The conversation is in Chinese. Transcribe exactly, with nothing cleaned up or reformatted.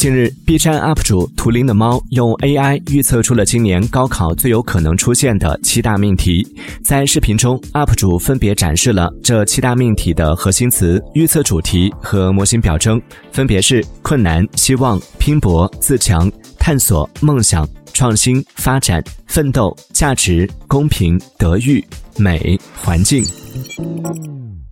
近日 B 站 U P 主图灵的猫用 A I 预测出了今年高考最有可能出现的七大命题。在视频中 U P 主分别展示了这七大命题的核心词、预测主题和模型表征，分别是困难、希望、拼搏、自强、探索、梦想、创新、发展、奋斗、价值、公平、德育、美、环境。